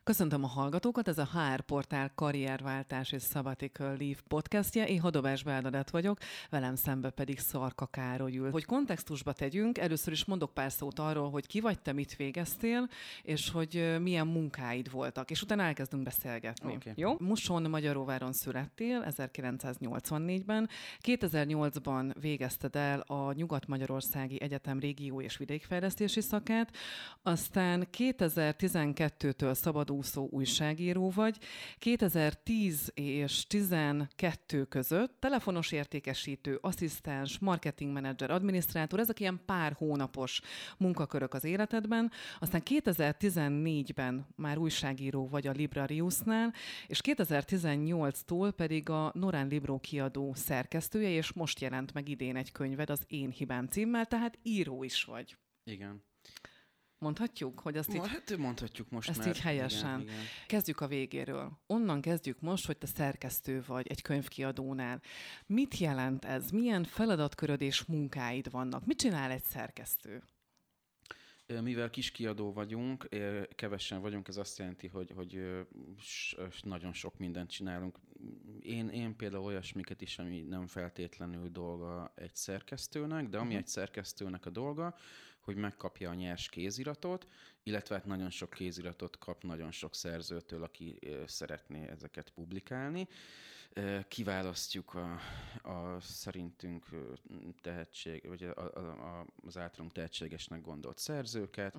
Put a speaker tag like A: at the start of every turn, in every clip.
A: Köszöntöm a hallgatókat, ez a HR Portál karrierváltás és Sabbatical Leave podcastje. Én Hadobás Bernadett vagyok, velem szembe pedig Szarka Károly ül. Hogy kontextusba tegyünk, először is mondok pár szót arról, hogy ki vagy te, mit végeztél, és hogy milyen munkáid voltak, és utána elkezdünk beszélgetni.
B: Okay.
A: Jó? Mosonmagyaróváron születtél 1984-ben, 2008-ban végezted el a Nyugat-Magyarországi Egyetem régió és vidékfejlesztési szakát, aztán 2012-től szabadúszó újságíró vagy. 2010 és 12 között telefonos értékesítő, asszisztens, marketingmenedzser, adminisztrátor, ezek ilyen pár hónapos munkakörök az életedben. Aztán 2014-ben már újságíró vagy a Librariusnál, és 2018-tól pedig a Norán Libro kiadó szerkesztője, és most jelent meg idén egy könyved az Én hibám címmel, tehát író is vagy.
B: Igen.
A: Mondhatjuk, hogy azt így...
B: Hát mondhatjuk most
A: ezt
B: már.
A: így helyesen.
B: Igen.
A: Kezdjük a végéről. Onnan kezdjük most, hogy te szerkesztő vagy egy könyvkiadónál. Mit jelent ez? Milyen feladatköröd és munkáid vannak? Mit csinál egy szerkesztő?
B: Mivel kiskiadó vagyunk, kevesen vagyunk, ez azt jelenti, hogy nagyon sok mindent csinálunk. Én például olyasmiket is, ami nem feltétlenül dolga egy szerkesztőnek, de ami egy szerkesztőnek a dolga, hogy megkapja a nyers kéziratot, illetve hát nagyon sok kéziratot kap nagyon sok szerzőtől, aki szeretné ezeket publikálni. Kiválasztjuk a szerintünk tehetség, vagy az általunk tehetségesnek gondolt szerzőket,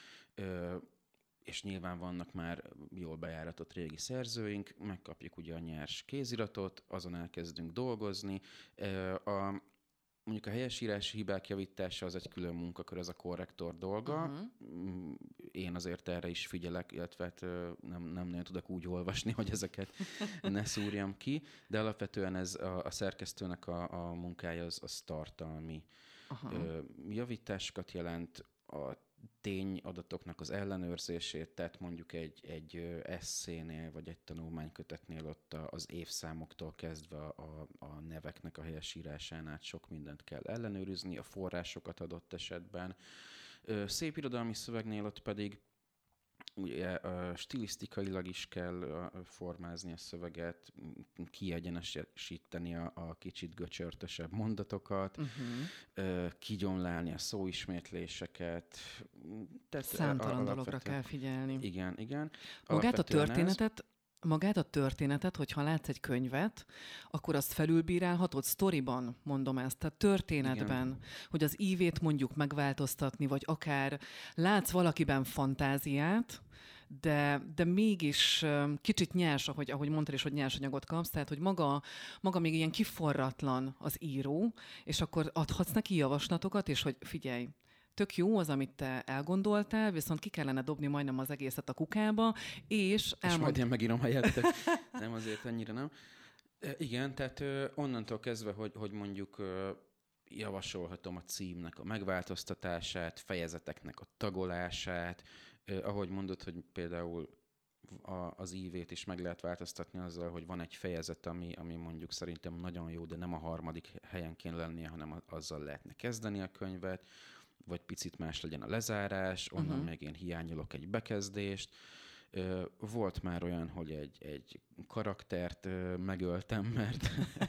B: és nyilván vannak már jól bejáratott régi szerzőink, megkapjuk ugye a nyers kéziratot, azon elkezdünk dolgozni. Mondjuk a helyesírási hibák javítása az egy külön munkakör, ez a korrektor dolga. Én azért erre is figyelek, illetve nem nagyon tudok úgy olvasni, hogy ezeket ne szúrjam ki, de alapvetően ez a szerkesztőnek a munkája az tartalmi javításokat jelent, a tényadatoknak az ellenőrzését, tehát mondjuk egy esszénél, vagy egy tanulmánykötetnél ott az évszámoktól kezdve a neveknek a helyesírásán át sok mindent kell ellenőrizni, a forrásokat adott esetben. Szépirodalmi szövegnél ott pedig ugye stilisztikailag is kell formázni a szöveget, kiegyenesíteni a kicsit göcsörtösebb mondatokat, kigyomlálni a szóismétléseket.
A: Számtalan dologra kell figyelni.
B: Igen.
A: Magát a történetet, hogyha látsz egy könyvet, akkor azt felülbírálhatod sztoriban, mondom ezt, tehát történetben, igen. Hogy az ívét mondjuk megváltoztatni, vagy akár látsz valakiben fantáziát, de mégis kicsit nyers, ahogy mondtad is, hogy nyersanyagot kapsz, tehát hogy maga még ilyen kiforratlan az író, és akkor adhatsz neki javaslatokat, és hogy figyelj, tök jó az, amit te elgondoltál, viszont ki kellene dobni majdnem az egészet a kukába, és
B: majd én megírom helyettek. Nem, azért annyira nem. Igen, tehát onnantól kezdve, hogy mondjuk javasolhatom a címnek a megváltoztatását, fejezeteknek a tagolását, ahogy mondod, hogy például az ívét is meg lehet változtatni azzal, hogy van egy fejezet, ami mondjuk szerintem nagyon jó, de nem a harmadik helyen kéne lennie, hanem azzal lehetne kezdeni a könyvet, vagy picit más legyen a lezárás, onnan meg én hiányolok egy bekezdést. Volt már olyan, hogy egy karaktert megöltem, mert...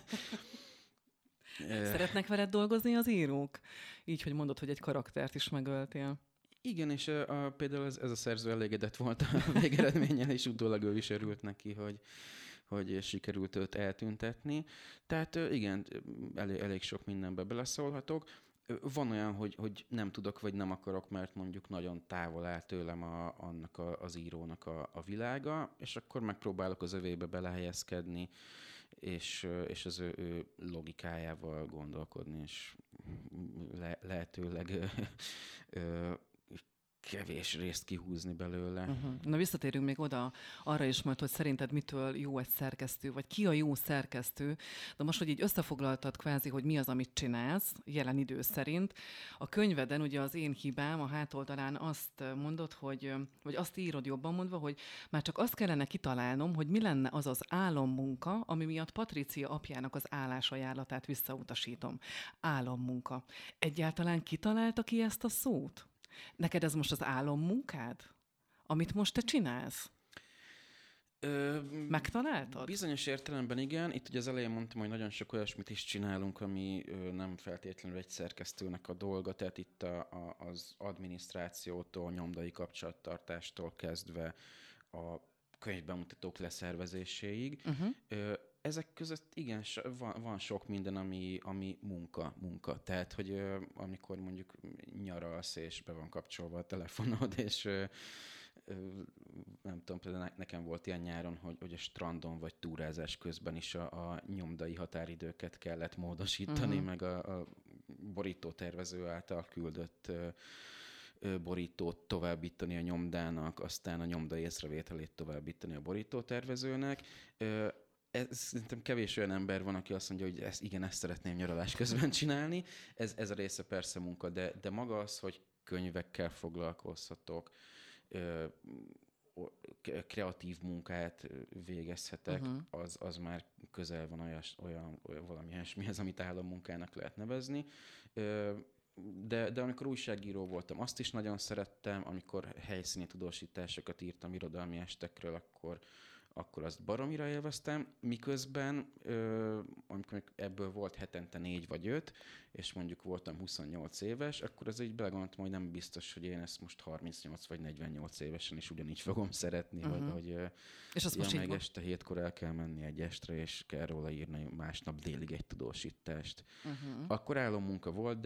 A: Szeretnek veled dolgozni az írók? Így, hogy mondod, hogy egy karaktert is megöltél.
B: Igen, és például ez a szerző elégedett volt a végeredménnyel, és utólag ő is örült neki, hogy sikerült őt eltüntetni. Tehát igen, elég sok mindenbe beleszólhatok. Van olyan, hogy nem tudok, vagy nem akarok, mert mondjuk nagyon távol áll tőlem annak az írónak a világa, és akkor megpróbálok az övébe belehelyezkedni, és az ő logikájával gondolkodni, és lehetőleg kevés részt kihúzni belőle.
A: Na visszatérünk még oda arra is majd, hogy szerinted mitől jó egy szerkesztő, vagy ki a jó szerkesztő, de most, hogy így összefoglaltad kvázi, hogy mi az, amit csinálsz jelen idő szerint. A könyveden ugye az Én hibám a hátoldalán azt mondod, vagy azt írod jobban mondva, hogy már csak azt kellene kitalálnom, hogy mi lenne az az álommunka, ami miatt Patricia apjának az állásajánlatát visszautasítom. Álommunka. Egyáltalán kitalálta ki ezt a szót? Neked ez most az álommunkád? Amit most te csinálsz? Megtaláltad?
B: Bizonyos értelemben igen. Itt ugye az elején mondtam, hogy nagyon sok olyasmit is csinálunk, ami nem feltétlenül egy szerkesztőnek a dolga, tehát itt az adminisztrációtól, nyomdai kapcsolattartástól kezdve a könyvbemutatók leszervezéséig. Ezek között igen, van sok minden, ami munka. Tehát, hogy amikor mondjuk nyaralsz, és be van kapcsolva a telefonod, és nem tudom, például nekem volt ilyen nyáron, hogy a strandon vagy túrázás közben is a nyomdai határidőket kellett módosítani, meg a borítótervező által küldött borítót továbbítani a nyomdának, aztán a nyomdai észrevételét továbbítani a borítótervezőnek. Szerintem kevés olyan ember van, aki azt mondja, hogy ezt szeretném nyaralás közben csinálni. Ez a része persze munka, de maga az, hogy könyvekkel foglalkozhatok, kreatív munkát végezhetek, az már közel van olyan valami ilyesmihez, amit állammunkának lehet nevezni. De amikor újságíró voltam, azt is nagyon szerettem, amikor helyszíni tudósításokat írtam irodalmi estekről, akkor azt baromira élveztem, miközben amikor ebből volt hetente 4 vagy 5, és mondjuk voltam 28 éves, akkor az így belegondoltam, hogy nem biztos, hogy én ezt most 38 vagy 48 évesen is ugyanígy fogom szeretni, hogy
A: és azt most
B: meg este 7-kor el kell menni egy estre, és kell róla írni másnap délig egy tudósítást. Akkor álommunka volt,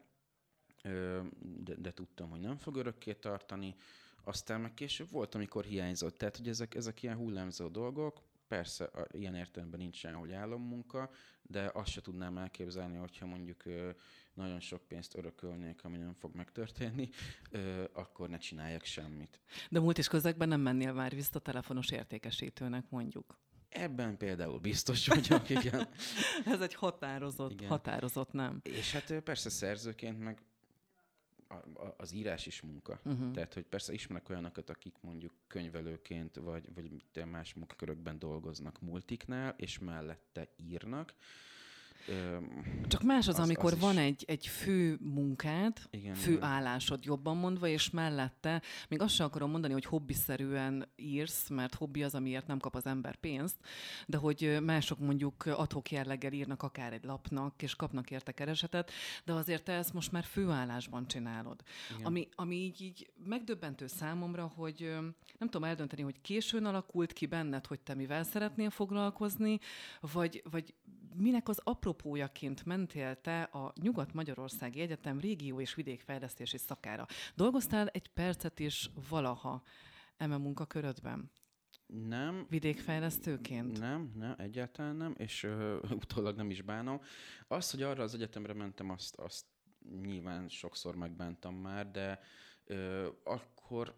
B: de tudtam, hogy nem fog örökké tartani. Aztán meg később volt, amikor hiányzott. Tehát, hogy ezek ilyen hullámzó dolgok. Persze, ilyen értelemben nincsen, hogy álommunka, de azt se tudnám elképzelni, hogyha mondjuk nagyon sok pénzt örökölnék, ami nem fog megtörténni, akkor ne csináljak semmit.
A: De múlt is közegben nem mennél már vissza telefonos értékesítőnek, mondjuk.
B: Ebben például biztos vagyok, igen.
A: Ez egy határozott, nem?
B: És hát persze szerzőként meg az írás is munka. Tehát, hogy persze ismerek olyanokat, akik mondjuk könyvelőként, vagy más munkakörökben dolgoznak multiknál, és mellette írnak.
A: Csak más az, amikor van egy fő munkád, fő állásod jobban mondva, és mellette, még azt sem akarom mondani, hogy hobbiszerűen írsz, mert hobbi az, amiért nem kap az ember pénzt, de hogy mások mondjuk ad-hoc jelleggel írnak akár egy lapnak, és kapnak érte keresetet, de azért te ezt most már főállásban csinálod. Ami így megdöbbentő számomra, hogy nem tudom eldönteni, hogy későn alakult ki benned, hogy te mivel szeretnél foglalkozni, vagy minek az apropójaként mentél te a Nyugat-Magyarországi Egyetem régió- és vidékfejlesztési szakára? Dolgoztál egy percet is valaha eme munkakörödben?
B: Nem.
A: Vidékfejlesztőként?
B: Nem, egyáltalán nem, és utólag nem is bánom. Az, hogy arra az egyetemre mentem, azt nyilván sokszor megbántam már, de akkor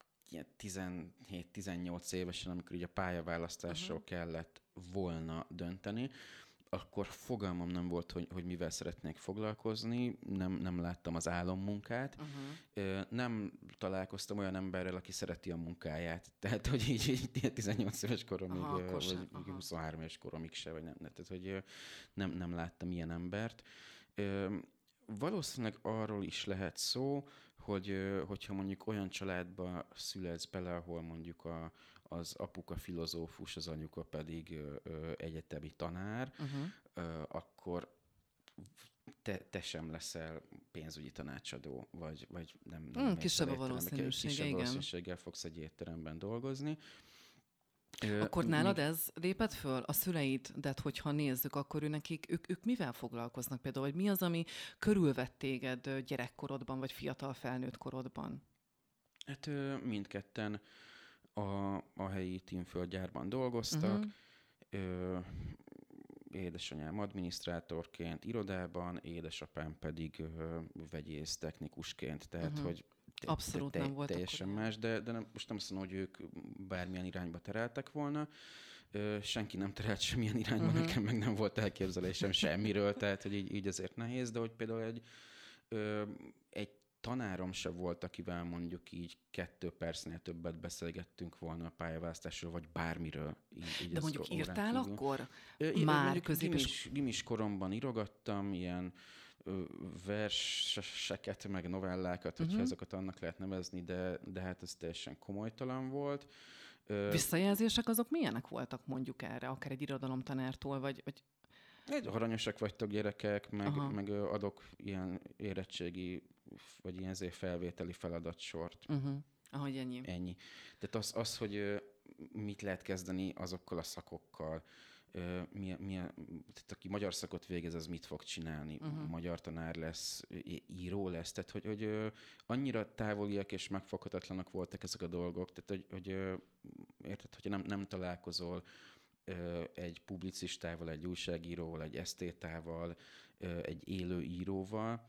B: 17-18 évesen, amikor így a pályaválasztásról kellett volna dönteni, akkor fogalmam nem volt, hogy mivel szeretnék foglalkozni, nem láttam az álommunkát, nem találkoztam olyan emberrel, aki szereti a munkáját. Tehát, hogy így 18 éves koromig, vagy 23 éves koromig se, vagy nem. Tehát, hogy nem láttam ilyen embert. Valószínűleg arról is lehet szó, hogyha mondjuk olyan családba születsz bele, ahol mondjuk az apuka filozófus, az anyuka pedig egyetemi tanár, akkor te sem leszel pénzügyi tanácsadó, vagy nem
A: kisebb a valószínűsége, igen.
B: Valószínűséggel fogsz egy étteremben dolgozni.
A: Akkor nálad ez lépett föl? A szüleidet, hogyha nézzük, akkor ők mivel foglalkoznak például? Vagy mi az, ami körülvett téged gyerekkorodban, vagy fiatal felnőtt korodban?
B: Hát mindketten a helyi Tinföldgyárban dolgoztak. Édesanyám adminisztrátorként irodában, édesapám pedig vegyész technikusként, tehát hogy
A: abszolút nem volt
B: teljesen más, de most nem azt mondom, hogy ők bármilyen irányba tereltek volna. Senki nem terelt semmilyen irányba, nekem meg nem volt elképzelésem semmiről, tehát hogy így azért nehéz, de hogy például egy tanárom se volt, akivel mondjuk így 2 percnél többet beszélgettünk volna a pályaválasztásról, vagy bármiről. Így
A: de mondjuk írtál akkor?
B: Már gimis koromban írogattam, ilyen verseket, meg novellákat, hogyha ezeket annak lehet nevezni, de hát ez teljesen komolytalan volt.
A: Visszajelzések azok milyenek voltak mondjuk erre, akár egy irodalomtanártól, vagy...
B: Aranyosak vagytok gyerekek, meg adok ilyen érettségi, vagy ilyen felvételi feladatsort.
A: Ahogy ennyi.
B: Ennyi. Tehát az, hogy mit lehet kezdeni azokkal a szakokkal, tehát aki magyar szakot végez, az mit fog csinálni? Magyar tanár lesz, író lesz? Tehát, hogy annyira távoliak és megfoghatatlanak voltak ezek a dolgok, tehát, hogy érted, hogyha nem találkozol egy publicistával, egy újságíróval, egy esztétával, egy élő íróval,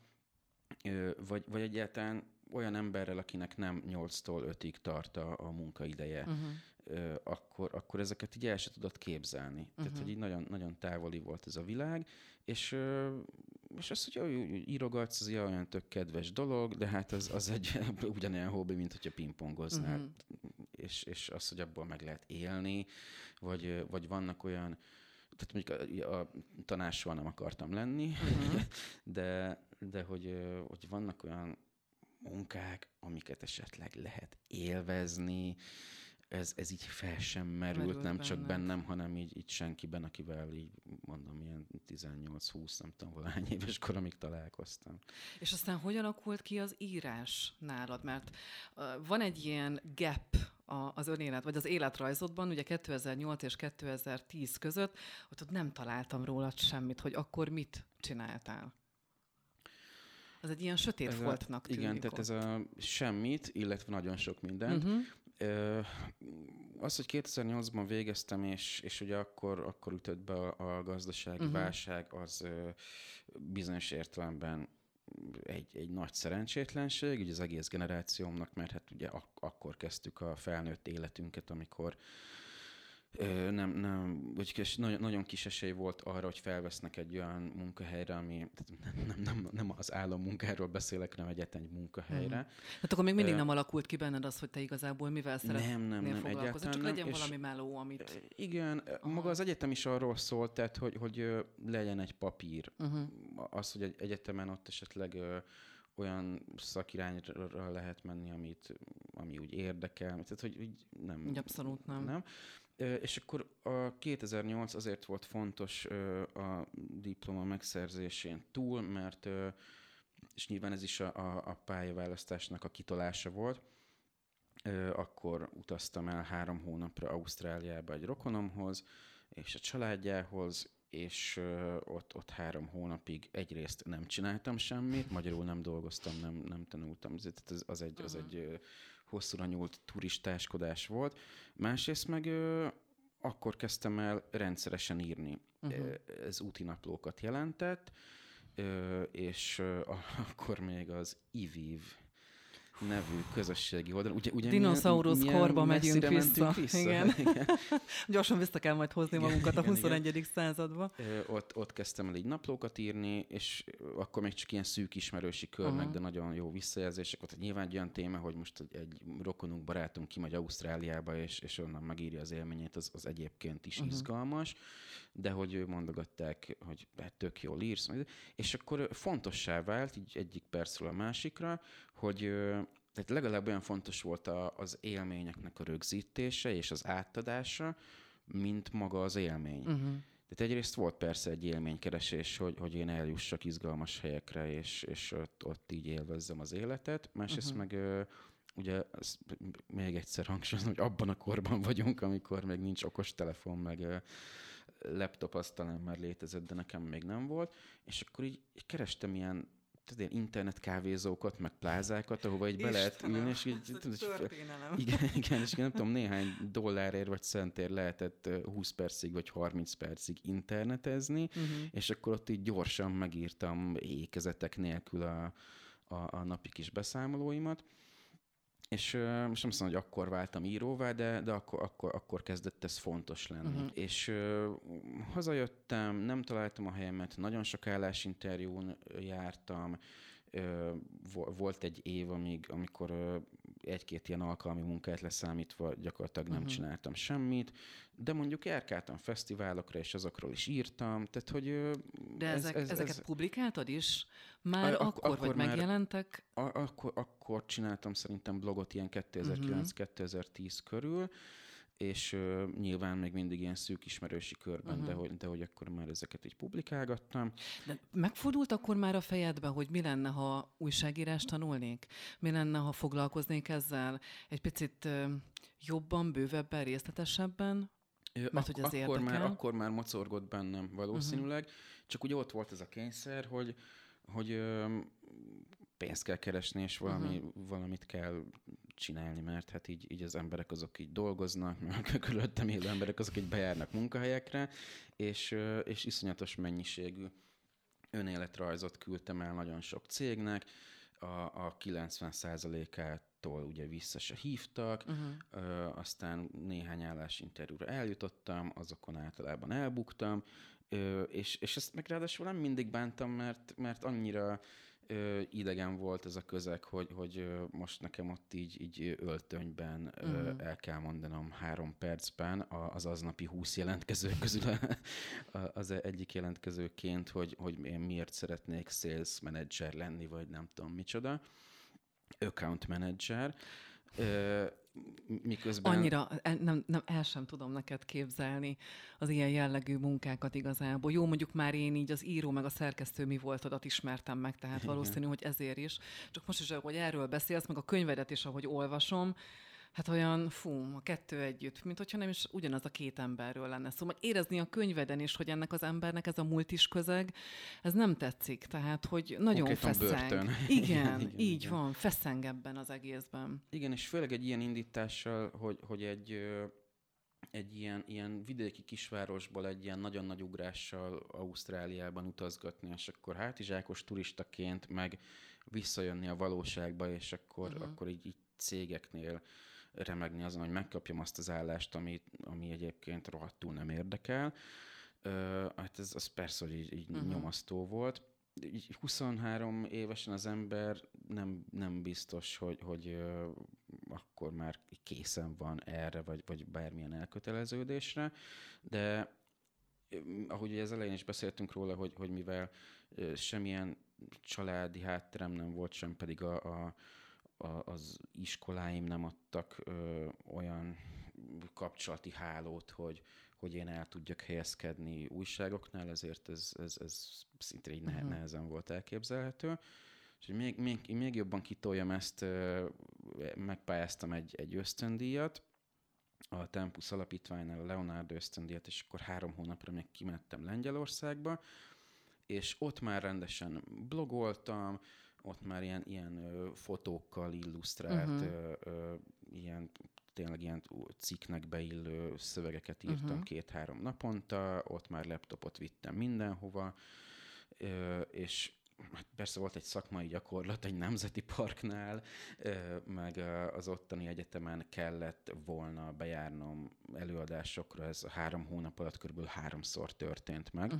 B: vagy egyáltalán olyan emberrel, akinek nem 8-tól 5-ig tart a munkaideje, akkor ezeket így el se tudod képzelni. Tehát, hogy így nagyon, nagyon távoli volt ez a világ, és az, hogy írogatsz, az olyan tök kedves dolog, de hát az egy ugyanolyan hobbi, mint hogyha pingpongoznál. És az, hogy abból meg lehet élni, vagy vannak olyan, tehát mondjuk a tanársval nem akartam lenni, de hogy vannak olyan munkák, amiket esetleg lehet élvezni, ez így fel sem merült nem csak bennem, hanem így senkiben, akivel így mondom, ilyen 18-20, nem tudom, valahány éves koromig találkoztam.
A: És aztán hogy alakult ki az írás nálad? Mert van egy ilyen gap az önélet, vagy az életrajzodban, ugye 2008 és 2010 között, ott nem találtam rólad semmit, hogy akkor mit csináltál. Az egy ilyen sötét foltnak tűnik.
B: Igen, tehát ez a semmit, illetve nagyon sok mindent. Az, hogy 2008-ban végeztem, és ugye akkor ütött be a gazdasági válság, az bizonyos értelemben egy nagy szerencsétlenség, ugye az egész generációmnak, mert hát ugye akkor kezdtük a felnőtt életünket, amikor nagyon kis esély volt arra, hogy felvesznek egy olyan munkahelyre, ami nem az állammunkáról beszélek, hanem egyetlen egy munkahelyre.
A: Hát akkor még mindig nem alakult ki benned az, hogy te igazából mivel szeretnél foglalkozni. Csak legyen valami meló, amit...
B: Igen, maga az egyetem is arról szólt, tehát, hogy legyen egy papír. Az, hogy egy egyetemen ott esetleg olyan szakirányra lehet menni, ami úgy érdekel. Tehát, hogy nem...
A: Abszolút nem.
B: És akkor a 2008 azért volt fontos a diploma megszerzésén túl, mert és nyilván ez is a pályaválasztásnak a kitolása volt. Akkor utaztam el 3 hónapra Ausztráliába egy rokonomhoz és a családjához, és ott 3 hónapig egyrészt nem csináltam semmit, magyarul nem dolgoztam, nem tanultam. Az egy hosszúra nyúlt turistáskodás volt. Másrészt meg akkor kezdtem el rendszeresen írni. Ez útinaplókat jelentett, és akkor még az IVIV nevű közösségi oldalon. Ugye
A: dinoszaurusz korba megyünk vissza. Igen. Gyorsan vissza kell majd hozni magunkat a 21. századba.
B: Ott kezdtem el így naplókat írni, és akkor még csak ilyen szűk ismerősi körnek, de nagyon jó visszajelzések volt. Nyilván egy olyan téma, hogy most egy rokonunk, barátunk kimegy Ausztráliába, és onnan megírja az élményét, az egyébként is izgalmas, de hogy mondogatták, hogy hát tök jól írsz. És akkor fontossá vált, így egyik percről a másikra, hogy tehát legalább olyan fontos volt az élményeknek a rögzítése és az átadása, mint maga az élmény. Tehát egyrészt volt persze egy élménykeresés, hogy én eljussak izgalmas helyekre, és ott így élvezzem az életet. Másrészt meg ugye még egyszer hangsúlyozom, hogy abban a korban vagyunk, amikor még nincs okostelefon, meg laptop, az talán már létezett, de nekem még nem volt. És akkor így kerestem ilyen internetkávézókat, meg plázákat, ahova így be lehet ülni, és így... Igen, és nem tudom, néhány dollárért vagy centért lehetett 20 percig vagy 30 percig internetezni, és akkor ott így gyorsan megírtam ékezetek nélkül a napi kis beszámolóimat. És most nem mondom, hogy akkor váltam íróvá, de akkor kezdett ez fontos lenni. És hazajöttem, nem találtam a helyemet, nagyon sok állásinterjún jártam, volt egy év, amikor egy-két ilyen alkalmi munkát leszámítva gyakorlatilag nem csináltam semmit, de mondjuk járkáltam fesztiválokra, és azokról is írtam, tehát hogy...
A: De ezeket publikáltad is? Már akkor vagy megjelentek?
B: Akkor csináltam szerintem blogot ilyen 2009-2010 körül, és nyilván még mindig ilyen szűk ismerősi körben, de hogy akkor már ezeket így publikálgattam.
A: De megfordult akkor már a fejedbe, hogy mi lenne, ha újságírást tanulnék? Mi lenne, ha foglalkoznék ezzel egy picit jobban, bővebben, részletesebben? Mert hogy ez érdekel.
B: Akkor már mocorgott bennem valószínűleg, csak ugye ott volt ez a kényszer, hogy pénzt kell keresni, és valamit kell csinálni, mert hát így az emberek azok így dolgoznak, meg körülöttem élő emberek azok így bejárnak munkahelyekre, és iszonyatos mennyiségű önéletrajzot küldtem el nagyon sok cégnek, a 90%-ától ugye vissza se hívtak, aztán néhány állásinterjúra eljutottam, azokon általában elbuktam, és ezt meg ráadásul nem mindig bántam, mert annyira idegen volt ez a közeg, hogy most nekem ott így öltönyben el kell mondanom 3 percben az aznapi 20 jelentkező közül az egyik jelentkezőként, hogy én miért szeretnék sales manager lenni, vagy nem tudom micsoda, account manager. Miközben...
A: Annyira, nem, el sem tudom neked képzelni az ilyen jellegű munkákat igazából. Jó, mondjuk már én így az író meg a szerkesztő mi voltodat ismertem meg, tehát valószínű, hogy ezért is. Csak most is, ahogy erről beszélsz, meg a könyvedet is, ahogy olvasom, hát olyan, a kettő együtt, mint hogyha nem is ugyanaz a 2 emberről lenne. Szóval érezni a könyveden is, hogy ennek az embernek ez a multis közeg, ez nem tetszik. Tehát, hogy nagyon feszeng. Igen, így van, feszeng ebben az egészben.
B: Igen, és főleg egy ilyen indítással, hogy egy ilyen vidéki kisvárosból egy ilyen nagyon nagy ugrással Ausztráliában utazgatni, és akkor hátizsákos turistaként meg visszajönni a valóságba, és akkor így cégeknél remegni azon, hogy megkapjam azt az állást, ami egyébként rohadtul nem érdekel. Hát ez persze, hogy így nyomasztó volt. Így 23 évesen az ember nem biztos, hogy akkor már készen van erre, vagy bármilyen elköteleződésre, de ahogy az elején is beszéltünk róla, hogy mivel semmilyen családi hátterem nem volt, sem pedig az iskoláim nem adtak olyan kapcsolati hálót, hogy én el tudjak helyezkedni újságoknál, ezért ez szinte így nehezen volt elképzelhető. És hogy még jobban kitoljam ezt, megpályáztam egy ösztöndíjat, a Tempus Alapítványnál a Leonardo ösztöndíjat, és akkor 3 hónapra még kimentem Lengyelországba, és ott már rendesen blogoltam, ott már ilyen fotókkal illusztrált, tényleg ilyen cikknek beillő szövegeket írtam 2-3 naponta, ott már laptopot vittem mindenhova, és persze volt egy szakmai gyakorlat egy nemzeti parknál, meg az ottani egyetemen kellett volna bejárnom előadásokra, ez a 3 hónap alatt körülbelül 3-szor történt meg.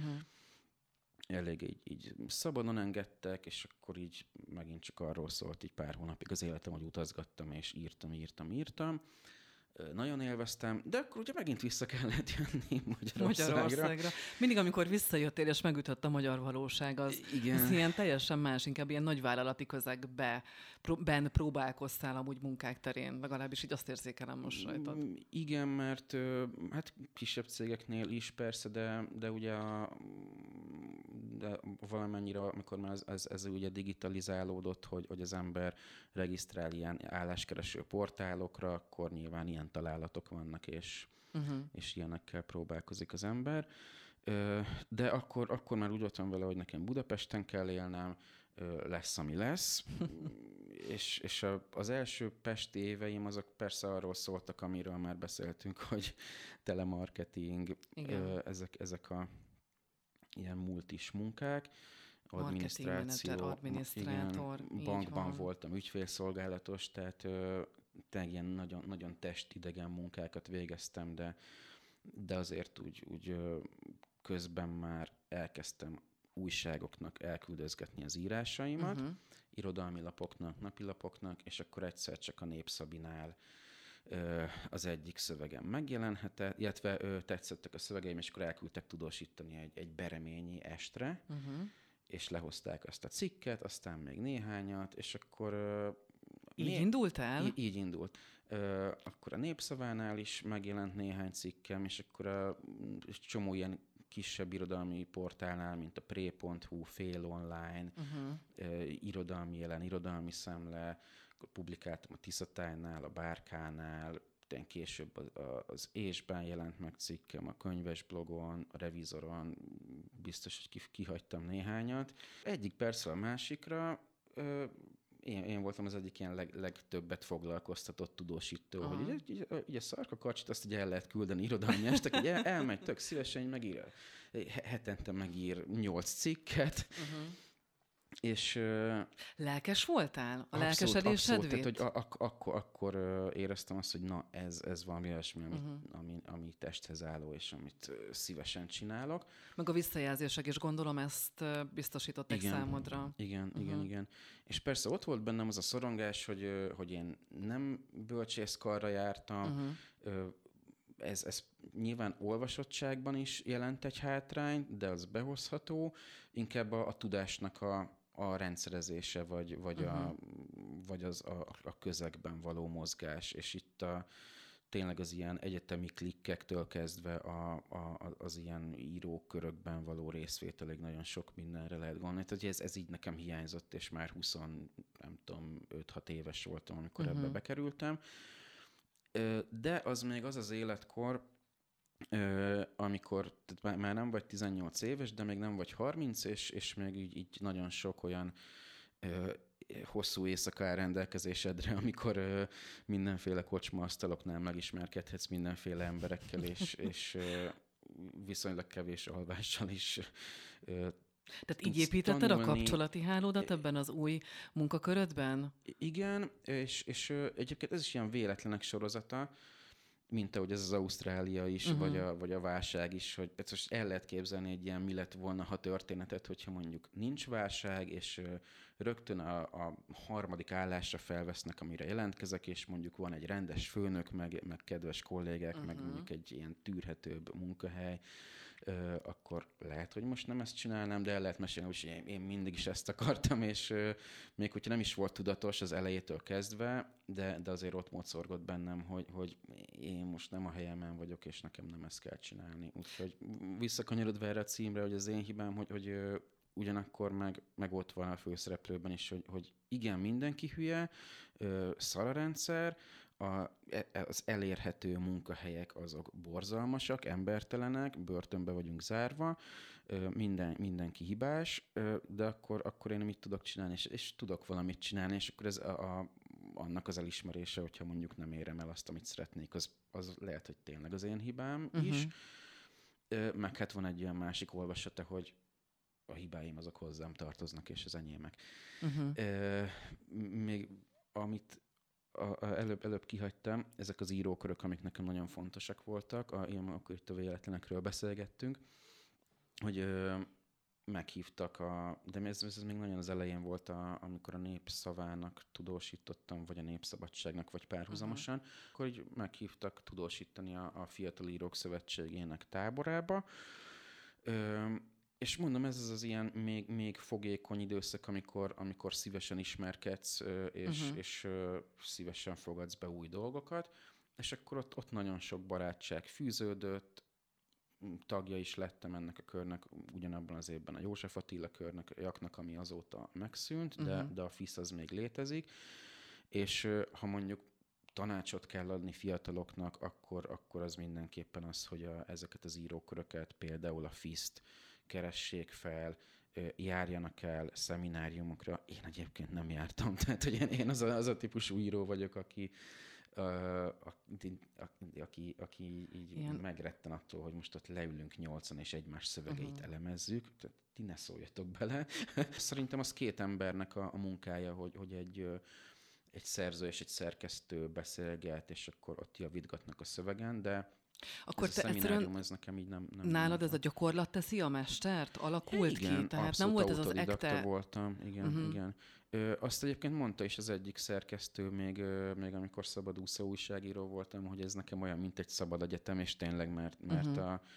B: Elég így szabadon engedtek, és akkor így megint csak arról szólt így pár hónapig az életem, hogy utazgattam, és írtam. Nagyon élveztem, de akkor ugye megint vissza kellett jönni Magyarországra.
A: Mindig, amikor visszajöttél, és megütött a magyar valóság, az ilyen teljesen más, inkább ilyen nagyvállalati közegben próbálkoztál amúgy munkák terén, legalábbis így azt érzékelem most rajtad.
B: Igen, mert hát kisebb cégeknél is persze, de ugye de valamennyire, amikor már ez ugye digitalizálódott, hogy az ember regisztrál ilyen álláskereső portálokra, akkor nyilván ilyen találatok vannak, és ilyenekkel próbálkozik az ember. De akkor már úgy voltam vele, hogy nekem Budapesten kell élnem, lesz, ami lesz. és az első pesti éveim azok persze arról szóltak, amiről már beszéltünk, hogy telemarketing, ezek a ilyen multis munkák, adminisztrátor, igen, bankban voltam ügyfélszolgálatos, tehát tényleg ilyen nagyon, nagyon testidegen munkákat végeztem, de azért úgy közben már elkezdtem újságoknak elküldözgetni az írásaimat, irodalmi lapoknak, napilapoknak, és akkor egyszer csak a Népszabinál az egyik szövegem megjelenhetett, illetve tetszettek a szövegeim, és akkor elküldtek tudósítani egy bereményi estre, és lehozták azt a cikket, aztán még néhányat, és akkor...
A: Így indult el?
B: Így indult. Akkor a Népszavánál is megjelent néhány cikkem, és akkor a csomó ilyen kisebb irodalmi portálnál, mint a pré.hu, Fél Online, irodalmi jelen, irodalmi szemle, akkor publikáltam a Tiszatájnál, a Bárkánál, utána később az Ésben jelent meg cikkem, a Könyves blogon, a Revizoron, biztos, hogy kihagytam néhányat. Egyik percről a másikra én voltam az egyik ilyen legtöbbet foglalkoztatott tudósító, hogy ugye Szarka Kacsit azt ugye el lehet küldeni irodalmi estek, hogy elmegy tök szívesen, megír, hetente megír 8 cikket, és...
A: Lelkes voltál? A lelkesedésed
B: tehát, hogy akkor éreztem azt, hogy na, ez valami olyasmi, ami testhez álló, és amit szívesen csinálok.
A: Meg a visszajelzések is gondolom ezt biztosították számodra.
B: Igen. És persze ott volt bennem az a szorongás, hogy én nem bölcsészkarra jártam, ez nyilván olvasottságban is jelent egy hátrányt, de az behozható, inkább a tudásnak a rendszerezése, vagy a közegben való mozgás, és itt tényleg az ilyen egyetemi klikkektől kezdve az ilyen írókörökben való részvételig nagyon sok mindenre lehet gondolni. Tehát ez így nekem hiányzott, és már 5-6 éves voltam, amikor ebbe bekerültem. De az még az életkor, amikor már nem vagy 18 éves, de még nem vagy 30, és még így nagyon sok olyan hosszú éjszaka áll rendelkezésedre, amikor mindenféle kocsmaasztaloknál megismerkedhetsz mindenféle emberekkel, és viszonylag kevés alvással is
A: tehát így építetted tanulni. A kapcsolati hálódat ebben az új munkakörödben?
B: Igen, és egyébként ez is ilyen véletlenek sorozata, mint ahogy ez az Ausztrália is, vagy a válság is, hogy most el lehet képzelni egy ilyen mi lett volna, ha történetet, hogyha mondjuk nincs válság, és rögtön a harmadik állásra felvesznek, amire jelentkezek, és mondjuk van egy rendes főnök, meg kedves kollégák, meg mondjuk egy ilyen tűrhetőbb munkahely, akkor lehet, hogy most nem ezt csinálnám, de el lehet mesélni, hogy én mindig is ezt akartam, és még hogyha nem is volt tudatos az elejétől kezdve, de azért ott mocorgott bennem, hogy én most nem a helyemen vagyok, és nekem nem ezt kell csinálni. Úgyhogy visszakanyarodva erre a címre, hogy az én hibám, hogy ugyanakkor meg ott van a főszereplőben is, hogy igen, mindenki hülye, szar a rendszer, az elérhető munkahelyek azok borzalmasak, embertelenek, börtönbe vagyunk zárva, mindenki hibás, de akkor én mit tudok csinálni, és tudok valamit csinálni, és akkor ez annak az elismerése, hogyha mondjuk nem érem el azt, amit szeretnék, az lehet, hogy tényleg az én hibám is. Meg hát van egy olyan másik olvasata, hogy a hibáim azok hozzám tartoznak, és az enyémek. Még amit előbb kihagytam, ezek az írókörök, amik nekem nagyon fontosak voltak, akkor itt a véletlenekről beszélgettünk, hogy meghívtak, de ez még nagyon az elején volt, amikor a Népszavának tudósítottam, vagy a Népszabadságnak, vagy párhuzamosan, akkor így meghívtak tudósítani a Fiatal Írók Szövetségének táborába. És mondom, ez az ilyen még fogékony időszak, amikor szívesen ismerkedsz, és szívesen fogadsz be új dolgokat, és akkor ott nagyon sok barátság fűződött, tagja is lettem ennek a körnek, ugyanabban az évben a József Attila körnek, ami azóta megszűnt, de a FISZ az még létezik, és ha mondjuk tanácsot kell adni fiataloknak, akkor az mindenképpen az, hogy ezeket az íróköröket, például a FISZ-t keressék fel, járjanak el szemináriumokra. Én egyébként nem jártam, tehát hogy én az a típusú író vagyok, aki így ilyen megretten attól, hogy most ott leülünk 8-an és egymás szövegeit elemezzük. Tehát ti ne szóljatok bele. Szerintem az két embernek a munkája, hogy egy szerző és egy szerkesztő beszélget, és akkor ott javítgatnak a szövegen, de
A: akkor
B: ez a szeminárium, ez nekem így nem
A: nálad ez a gyakorlat teszi a mestert? Alakult
B: igen,
A: ki? Tehát nem volt ez az
B: ekte? Voltam, igen. Azt egyébként mondta is az egyik szerkesztő, még amikor szabadúszó újságíró voltam, hogy ez nekem olyan, mint egy szabad egyetem, és tényleg, mert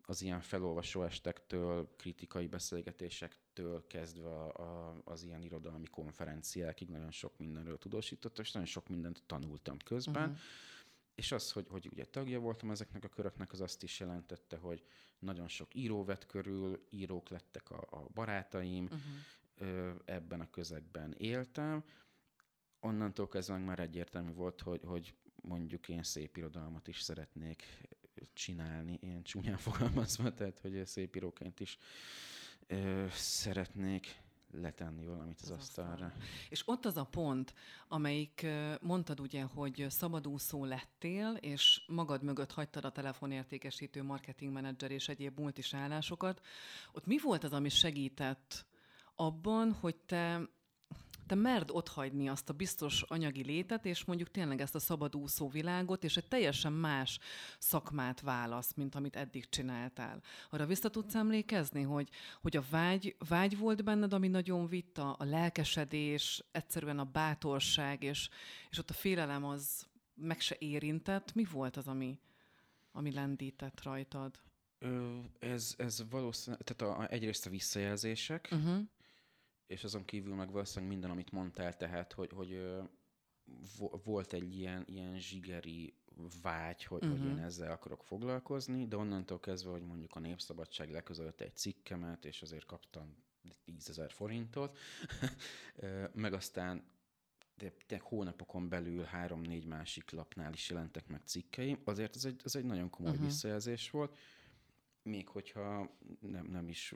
B: az ilyen felolvasó estektől, kritikai beszélgetésektől kezdve az ilyen irodalmi konferenciákig nagyon sok mindenről tudósítottam, és nagyon sok mindent tanultam közben. És az, hogy ugye tagja voltam ezeknek a köröknek, az azt is jelentette, hogy nagyon sok író vett körül, írók lettek a barátaim, ebben a közegben éltem. Onnantól kezdve már egyértelmű volt, hogy mondjuk én szép irodalmat is szeretnék csinálni, ilyen csúnyán fogalmazva, tehát hogy szépíróként is szeretnék letenni valamit az asztalra.
A: És ott az a pont, amelyik mondtad ugye, hogy szabadúszó lettél, és magad mögött hagytad a telefonértékesítő, marketingmenedzser és egyéb multis állásokat. Ott mi volt az, ami segített abban, hogy te merd otthagyni azt a biztos anyagi létet, és mondjuk tényleg ezt a szabadúszó világot, és egy teljesen más szakmát válasz, mint amit eddig csináltál. Arra vissza tudsz emlékezni, hogy a vágy volt benned, ami nagyon vitt, a lelkesedés, egyszerűen a bátorság, és ott a félelem az meg se érintett. Mi volt az, ami lendített rajtad?
B: Ez valószínűleg, tehát egyrészt a visszajelzések, és azon kívül meg valószínűleg minden, amit mondtál, tehát, hogy volt egy ilyen zsigeri vágy, hogy én ezzel akarok foglalkozni, de onnantól kezdve, hogy mondjuk a Népszabadság leközölte egy cikkemet, és azért kaptam 10 000 forintot, meg aztán de hónapokon belül 3-4 másik lapnál is jelentek meg cikkeim, azért ez egy nagyon komoly visszajelzés volt, még hogyha nem is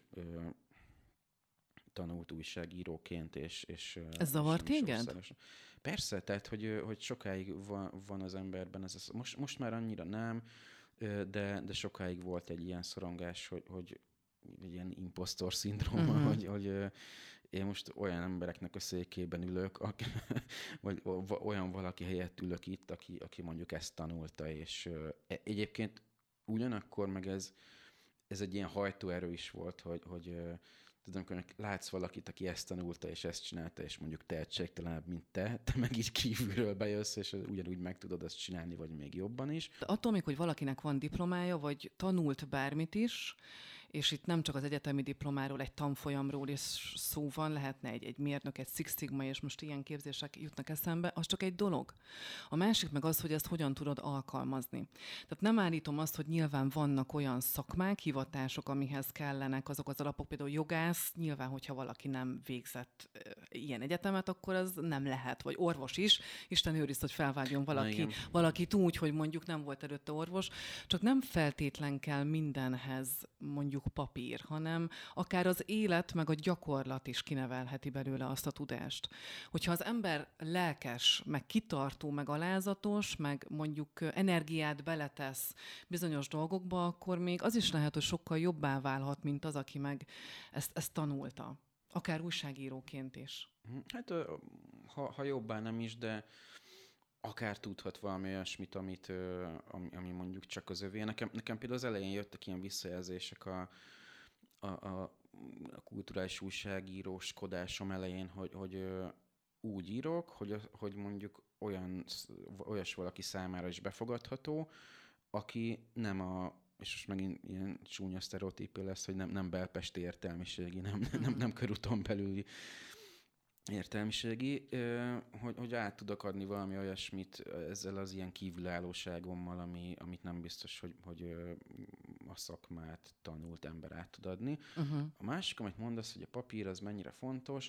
B: tanult újságíróként, és
A: ez zavar téged?
B: Persze, tehát, hogy sokáig van az emberben, most már annyira nem, de sokáig volt egy ilyen szorongás, hogy egy ilyen impostor szindróma, hogy én most olyan embereknek a székében ülök, vagy olyan valaki helyett ülök itt, aki mondjuk ezt tanulta, és egyébként ugyanakkor meg ez egy ilyen hajtóerő is volt, hogy tudom, amikor látsz valakit, aki ezt tanulta, és ezt csinálta, és mondjuk tehetségtelenebb, mint te meg így kívülről bejössz, és ugyanúgy meg tudod ezt csinálni, vagy még jobban is.
A: Attól még, hogy valakinek van diplomája, vagy tanult bármit is, és itt nem csak az egyetemi diplomáról, egy tanfolyamról is szó van, lehetne egy mérnök, egy Six Sigma, és most ilyen képzések jutnak eszembe, az csak egy dolog. A másik meg az, hogy ezt hogyan tudod alkalmazni. Tehát nem állítom azt, hogy nyilván vannak olyan szakmák, hivatások, amihez kellenek azok az alapok, például jogász, nyilván, hogyha valaki nem végzett ilyen egyetemet, akkor az nem lehet, vagy orvos is. Isten őriz, hogy felvágjon valakit úgy, hogy mondjuk nem volt előtte orvos, csak nem feltétlen kell mindenhez mondjuk papír, hanem akár az élet meg a gyakorlat is kinevelheti belőle azt a tudást. Hogyha az ember lelkes, meg kitartó, meg alázatos, meg mondjuk energiát beletesz bizonyos dolgokba, akkor még az is lehet, hogy sokkal jobbá válhat, mint az, aki meg ezt tanulta. Akár újságíróként is.
B: Hát ha jobbá nem is, de akár tudhat valami olyasmit, ami mondjuk csak az övé. Nekem például az elején jöttek ilyen visszajelzések a kulturális újságíróskodásom elején, hogy úgy írok, hogy mondjuk olyas valaki számára is befogadható, aki nem és most megint ilyen csúnya sztereotípia lesz, hogy nem belpesti értelmiségi, nem körúton belüli értelmiségi, hogy át tudok adni valami olyasmit ezzel az ilyen kívülállóságommal, amit nem biztos, hogy a szakmát tanult ember át tud adni. A másik, amit mondasz, hogy a papír az mennyire fontos,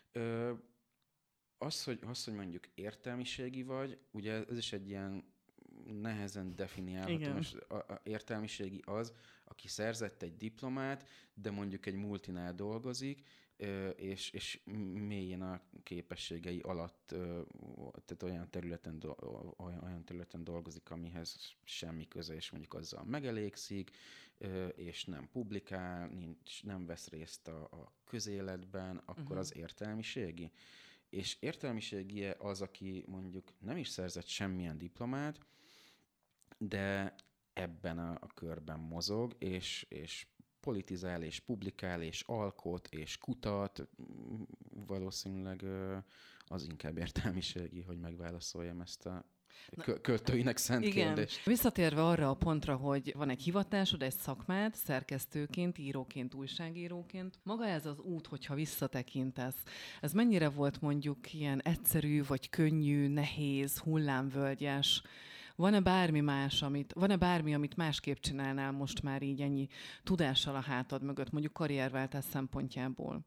B: az, hogy mondjuk értelmiségi vagy, ugye ez is egy ilyen nehezen definiálható. A értelmiségi az, aki szerzett egy diplomát, de mondjuk egy multinál dolgozik, és mélyen a képességei alatt, tehát olyan területen dolgozik, amihez semmi köze, és mondjuk azzal megelégszik, és nem publikál, nem vesz részt a közéletben, akkor az értelmiségi. És értelmiségi az, aki mondjuk nem is szerzett semmilyen diplomát, de ebben a körben mozog, és politizál, és publikál, és alkot, és kutat, valószínűleg az inkább értelmiségi, hogy megválaszoljam ezt a költőinek szent
A: igen.
B: kérdést.
A: Visszatérve arra a pontra, hogy van egy hivatásod, egy szakmád, szerkesztőként, íróként, újságíróként. Maga ez az út, hogyha visszatekintesz, ez mennyire volt mondjuk ilyen egyszerű, vagy könnyű, nehéz, hullámvölgyes? Van-e bármi, amit másképp csinálnál most már így ennyi tudással a hátad mögött, mondjuk karrierváltás szempontjából?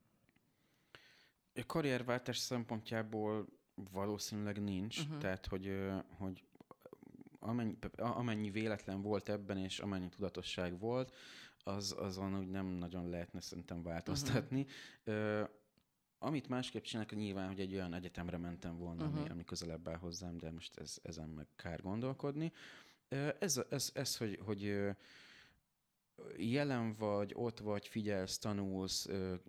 B: A karrierváltás szempontjából valószínűleg nincs, tehát hogy amennyi véletlen volt ebben, és amennyi tudatosság volt, azon úgy nem nagyon lehetne szerintem változtatni. Amit másképp csinálok, nyilván, hogy egy olyan egyetemre mentem volna, ami közelebb áll hozzám, de most ezen meg kár gondolkodni. Ez hogy jelen vagy, ott vagy, figyelsz, tanulsz,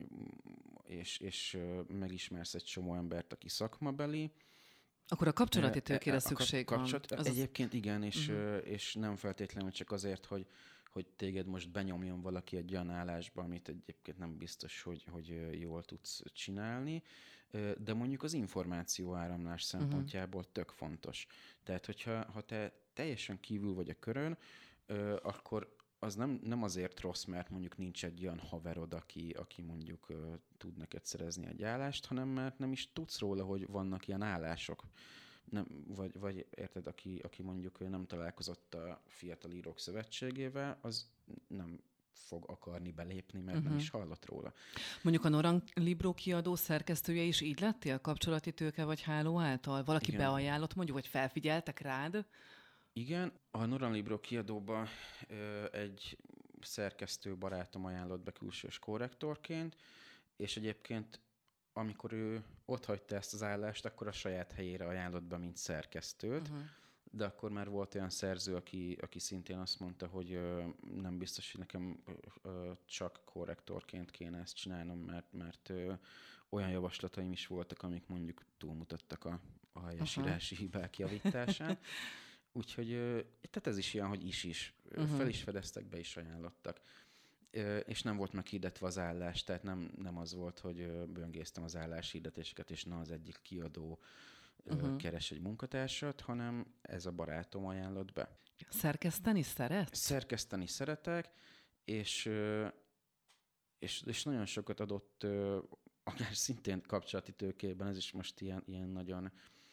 B: és megismersz egy csomó embert, aki szakmabeli.
A: Akkor a kapcsolati tőkére szükség van.
B: Egyébként igen, és nem feltétlenül csak azért, hogy téged most benyomjon valaki egy olyan állásba, amit egyébként nem biztos, hogy jól tudsz csinálni, de mondjuk az információ áramlás szempontjából tök fontos. Tehát, hogyha te teljesen kívül vagy a körön, akkor az nem azért rossz, mert mondjuk nincs egy olyan haverod, aki mondjuk tud neked szerezni egy állást, hanem mert nem is tudsz róla, hogy vannak ilyen állások. Nem, vagy érted, aki mondjuk nem találkozott a Fiatal Írók Szövetségével, az nem fog akarni belépni, mert nem is hallott róla.
A: Mondjuk a Norang Libro kiadó szerkesztője is így lettél kapcsolati tőke vagy háló által? Valaki beajánlott mondjuk, vagy felfigyeltek rád?
B: Igen, a Norang Libro kiadóba egy szerkesztő barátom ajánlott be külsős korrektorként, és egyébként amikor ő otthagyta ezt az állást, akkor a saját helyére ajánlott be, mint szerkesztőt, de akkor már volt olyan szerző, aki szintén azt mondta, hogy nem biztos, hogy nekem csak korrektorként kéne ezt csinálnom, mert olyan javaslataim is voltak, amik mondjuk túlmutattak a helyesírási hibák javításán. Úgyhogy tehát ez is ilyen, hogy is. Fel is fedeztek, be is ajánlottak. És nem volt meghirdetve az állás, tehát nem az volt, hogy böngésztem az álláshirdetéseket, és na az egyik kiadó keres egy munkatársat, hanem ez a barátom ajánlott be.
A: Szerkeszteni szeretsz?
B: Szerkeszteni szeretek, és nagyon sokat adott, akár szintén kapcsolati tőkében, ez is most ilyen nagyon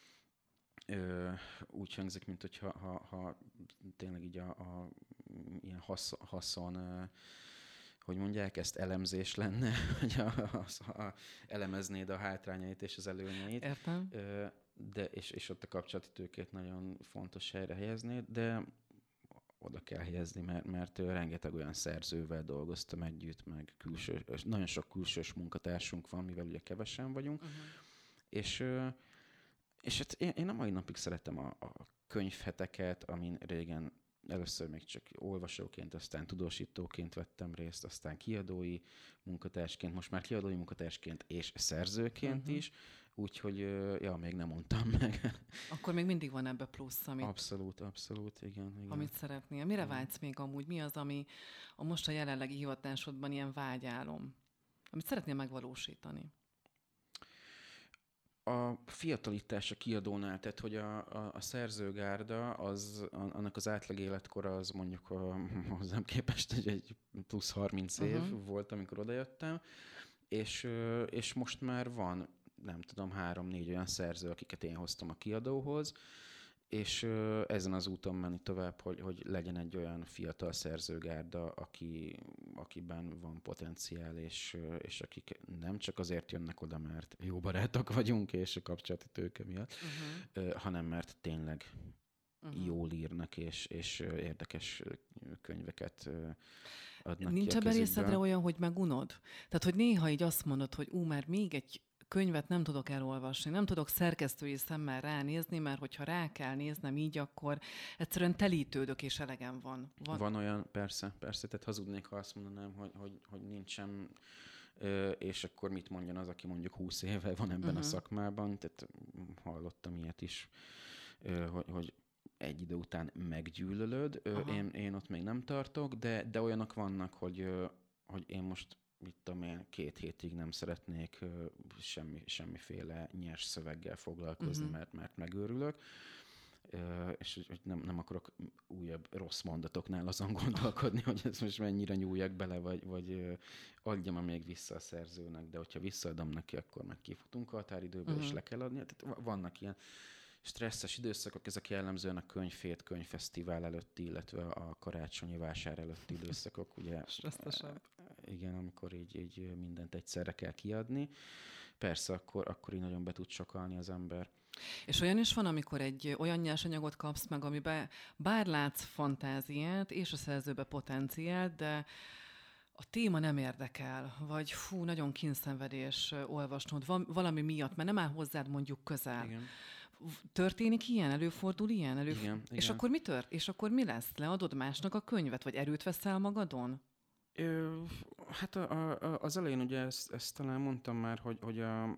B: úgy hangzik, mint hogyha ha tényleg így ilyen haszon, hogy mondják, ezt elemzés lenne, hogy ha elemeznéd a hátrányait és az előnyeit.
A: Értem.
B: És ott a kapcsolati tőkét nagyon fontos helyre helyeznéd, de oda kell helyezni, mert rengeteg olyan szerzővel dolgoztam együtt, meg nagyon sok külsős munkatársunk van, mivel ugye kevesen vagyunk, és hát én a mai napig szeretem a könyvheteket, amin régen először még csak olvasóként, aztán tudósítóként vettem részt, aztán kiadói munkatársként, most már kiadói munkatársként és szerzőként is, úgyhogy még nem mondtam meg.
A: Akkor még mindig van ebbe plusz, amit...
B: Abszolút, igen.
A: Amit szeretnél. Mire vágysz még amúgy? Mi az, ami most a jelenlegi hivatásodban ilyen vágyálom, amit szeretnél megvalósítani?
B: A fiatalítás a kiadónál, tehát hogy a szerzőgárda, annak az átlag életkora az mondjuk hozzám képest egy plusz 30 év volt, amikor odajöttem, és most már van, nem tudom, 3-4 olyan szerző, akiket én hoztam a kiadóhoz, és ezen az úton menni tovább, hogy legyen egy olyan fiatal szerzőgárda, akiben van potenciál, és akik nem csak azért jönnek oda, mert jó barátok vagyunk, és a kapcsolati tőke miatt, hanem mert tényleg jól írnak, és érdekes könyveket adnak
A: Nincs
B: ki a
A: ebben
B: kezükbe.
A: részedre olyan, hogy megunod? Tehát, hogy néha így azt mondod, hogy már még egy könyvet nem tudok elolvasni, nem tudok szerkesztői szemmel ránézni, mert hogyha rá kell néznem így, akkor egyszerűen telítődök, és elegem van.
B: Van olyan, persze, tehát hazudnék, ha azt mondanám, hogy nincsen, és akkor mit mondjon az, aki mondjuk 20 éve van ebben a szakmában, tehát hallottam ilyet is, hogy egy idő után meggyűlölöd. Én ott még nem tartok, de olyanok vannak, hogy én most mit tudom én, 2 hétig nem szeretnék semmiféle nyers szöveggel foglalkozni, mert megőrülök. és hogy nem akarok újabb rossz mondatoknál azon gondolkodni, hogy ezt most mennyire nyúljak bele, vagy adjam még vissza a szerzőnek, de hogyha visszaadom neki, akkor meg kifutunk a határidőből, és le kell adni. Tehát vannak ilyen stresszes időszakok, ezek jellemzően a könyvfét, könyvfesztivál előtti, illetve a karácsonyi vásár előtti időszakok, ugye.
A: Stresszesebb.
B: Igen, amikor így mindent egyszerre kell kiadni. Persze, akkor így nagyon be tud sokalni az ember.
A: És olyan is van, amikor egy olyan nyersanyagot kapsz meg, amiben bár látsz fantáziát, és a szerzőbe potenciált, de a téma nem érdekel, vagy nagyon kínszenvedés olvasnod valami miatt, mert nem áll hozzád mondjuk közel.
B: Igen.
A: Történik ilyen? Előfordul ilyen?
B: Igen.
A: És akkor mi És akkor mi lesz? Leadod másnak a könyvet, vagy erőt veszel magadon?
B: Hát az elején ugye ezt talán mondtam már, hogy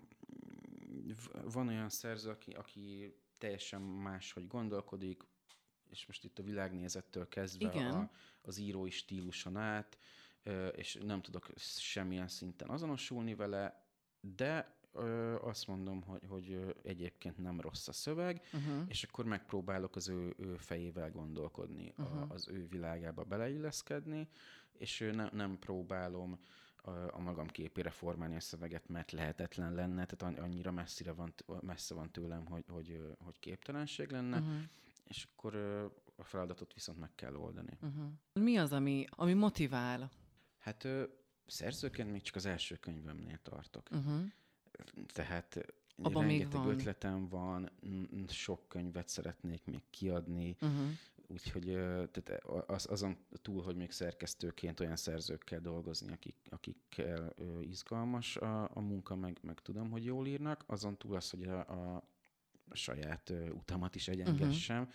B: van olyan szerző, aki teljesen máshogy gondolkodik, és most itt a világnézettől kezdve az írói stíluson át, és nem tudok semmilyen szinten azonosulni vele, de azt mondom, hogy egyébként nem rossz a szöveg, és akkor megpróbálok az ő fejével gondolkodni, az ő világába beleilleszkedni, és nem próbálom a magam képére formálni a szöveget, mert lehetetlen lenne, tehát annyira messze van tőlem, hogy képtelenség lenne, és akkor a feladatot viszont meg kell oldani.
A: Mi az, ami motivál?
B: Hát szerzőként még csak az első könyvemnél tartok. Tehát rengeteg ötletem van, sok könyvet szeretnék még kiadni, úgyhogy tehát azon túl, hogy még szerkesztőként olyan szerzőkkel dolgozni, akikkel izgalmas a munka, meg tudom, hogy jól írnak, azon túl az, hogy a saját utamat is egyengessem,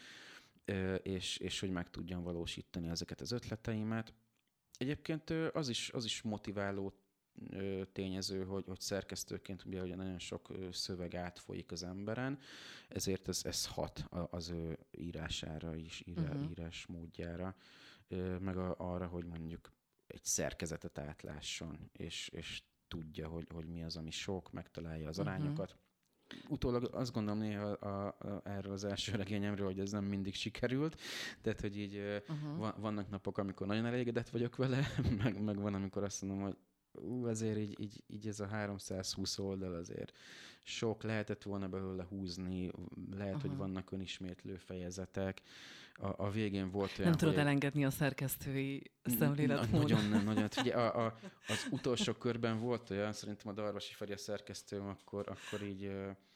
B: és hogy meg tudjam valósítani ezeket az ötleteimet. Egyébként az is motiváló tényező, hogy szerkesztőként ugye, hogy nagyon sok szöveg átfolyik az emberen, ezért ez hat az ő írására is, írás módjára, meg arra, hogy mondjuk egy szerkezetet átlásson, és tudja, hogy mi az, ami sok, megtalálja az arányokat. Utólag azt gondolom néha erről az első regényemről, hogy ez nem mindig sikerült, tehát hogy így vannak napok, amikor nagyon elégedett vagyok vele, meg van, amikor azt mondom, hogy azért így ez a 320 oldal azért sok, lehetett volna belőle húzni, lehet, hogy vannak önismétlő fejezetek. A végén volt olyan,
A: nem tudod elengedni a szerkesztői szemléletmódot.
B: Nagyon nem, nagyon. Ugye az utolsó körben volt olyan, szerintem a Darvasi Feri a szerkesztőm, akkor így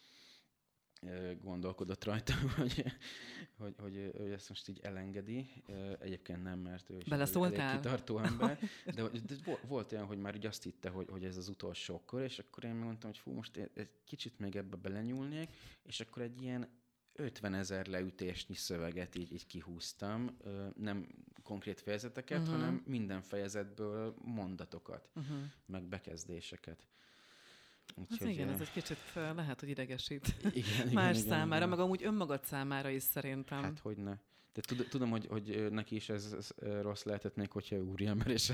B: gondolkodott rajta, hogy ő ezt most így elengedi. Egyébként nem, mert ő is elég kitartó ember. De volt olyan, hogy már így azt hitte, hogy ez az utolsó kör, és akkor én mondtam, hogy most egy kicsit még ebbe belenyúlnék, és akkor egy ilyen 50 000 leütésnyi szöveget így kihúztam, nem konkrét fejezeteket, hanem minden fejezetből mondatokat, meg bekezdéseket.
A: Úgyhogy, igen, ez egy kicsit lehet, hogy idegesít más számára, meg amúgy önmagad számára is szerintem.
B: Hát hogyne. De tudom, hogy neki is ez rossz lehetett még, hogyha úriember, és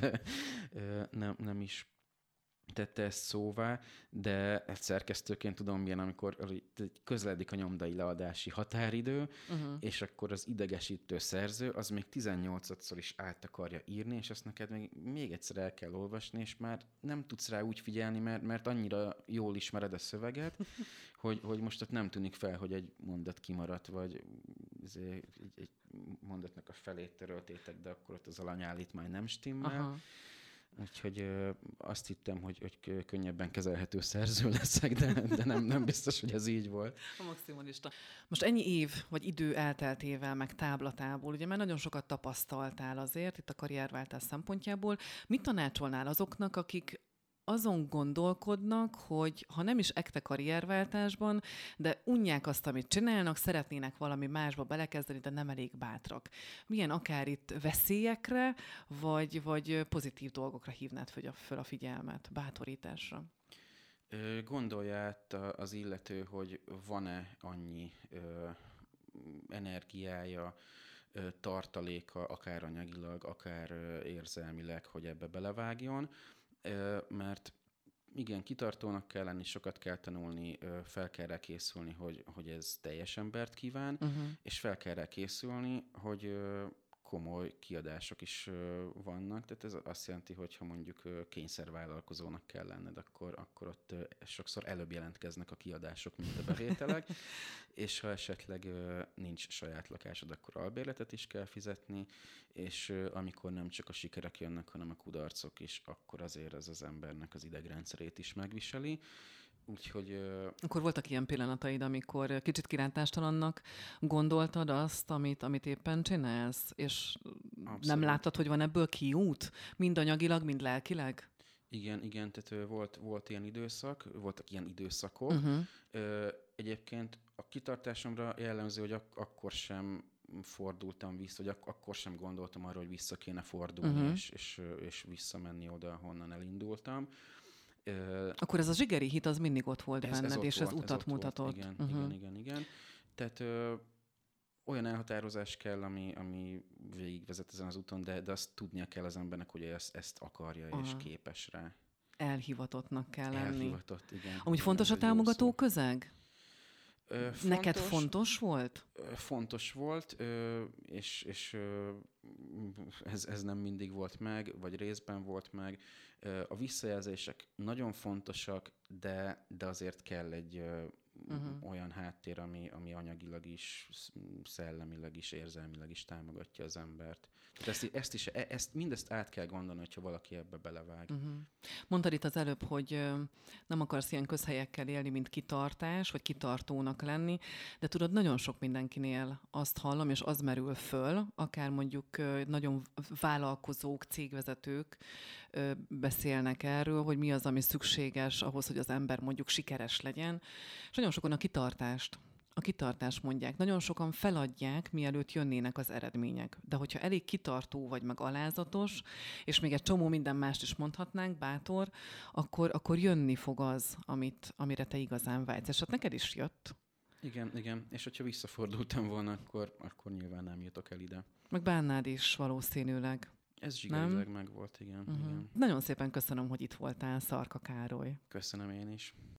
B: nem is tette ezt szóvá, de egy szerkesztőként tudom milyen, amikor közeledik a nyomdai leadási határidő, és akkor az idegesítő szerző az még 18-szor is át akarja írni, és ezt neked még egyszer el kell olvasni, és már nem tudsz rá úgy figyelni, mert annyira jól ismered a szöveget, hogy most ott nem tűnik fel, hogy egy mondat kimaradt, vagy egy mondatnak a felét töröltétek, de akkor ott az alanyállítmány nem stimmel. Aha. Úgyhogy azt hittem, hogy könnyebben kezelhető szerző leszek, de nem biztos, hogy ez így volt.
A: A maximalista. Most ennyi év, vagy idő elteltével, meg táblatából, ugye már nagyon sokat tapasztaltál azért, itt a karrierváltás szempontjából. Mit tanácsolnál azoknak, akik azon gondolkodnak, hogy ha nem is ekte karrierváltásban, de unják azt, amit csinálnak, szeretnének valami másba belekezdeni, de nem elég bátrak. Milyen akár itt veszélyekre, vagy pozitív dolgokra hívnád föl a figyelmet, bátorításra?
B: Gondolja át az illető, hogy van-e annyi energiája, tartaléka, akár anyagilag, akár érzelmileg, hogy ebbe belevágjon, mert Igen, kitartónak kell lenni, sokat kell tanulni, fel kell rá készülni, hogy ez teljes embert kíván, és fel kell rá készülni, hogy komoly kiadások is vannak, tehát ez azt jelenti, hogy ha mondjuk kényszervállalkozónak kell lenned, akkor ott sokszor előbb jelentkeznek a kiadások, mint a bevételek, és ha esetleg nincs saját lakásod, akkor albérletet is kell fizetni, és amikor nem csak a sikerek jönnek, hanem a kudarcok is, akkor azért ez az embernek az idegrendszerét is megviseli. Úgyhogy...
A: Akkor voltak ilyen pillanataid, amikor kicsit kirántástalannak gondoltad azt, amit éppen csinálsz, és abszolút. Nem láttad, hogy van ebből kiút? Mind anyagilag, mind lelkileg?
B: Igen, tehát volt ilyen időszak, voltak ilyen időszakok. Egyébként a kitartásomra jellemző, hogy akkor sem fordultam vissza, vagy akkor sem gondoltam arra, hogy vissza kéne fordulni, és visszamenni oda, honnan elindultam.
A: Akkor ez a zsigeri hit az mindig ott volt benned, és ez utat mutatott.
B: Igen. Tehát olyan elhatározás kell, ami végigvezet ezen az úton, de azt tudnia kell az embernek, hogy ezt akarja és képes rá.
A: Elhivatottnak kell lenni.
B: Elhivatott, igen.
A: Amúgy fontos a támogató közeg? Neked fontos volt?
B: Fontos volt, és ez nem mindig volt meg, vagy részben volt meg. A visszajelzések nagyon fontosak, de azért kell egy olyan háttér, ami anyagilag is, szellemileg is, érzelmileg is támogatja az embert. Tehát mindezt át kell gondolni, hogyha valaki ebbe belevág.
A: Mondtad itt az előbb, hogy nem akarsz ilyen közhelyekkel élni, mint kitartás, vagy kitartónak lenni, de tudod, nagyon sok mindenkinél azt hallom, és az merül föl, akár mondjuk nagyon vállalkozók, cégvezetők beszélnek erről, hogy mi az, ami szükséges ahhoz, hogy az ember mondjuk sikeres legyen. És nagyon sokan a kitartást mondják. Nagyon sokan feladják, mielőtt jönnének az eredmények. De hogyha elég kitartó vagy, meg alázatos, és még egy csomó minden mást is mondhatnánk, bátor, akkor jönni fog az, amire te igazán vágysz. És hát neked is jött.
B: Igen. És hogyha visszafordultam volna, akkor nyilván nem jutok el ide.
A: Meg bánnád is valószínűleg.
B: Ez zsigerileg meg volt, igen.
A: Nagyon szépen köszönöm, hogy itt voltál, Szarka Károly.
B: Köszönöm én is.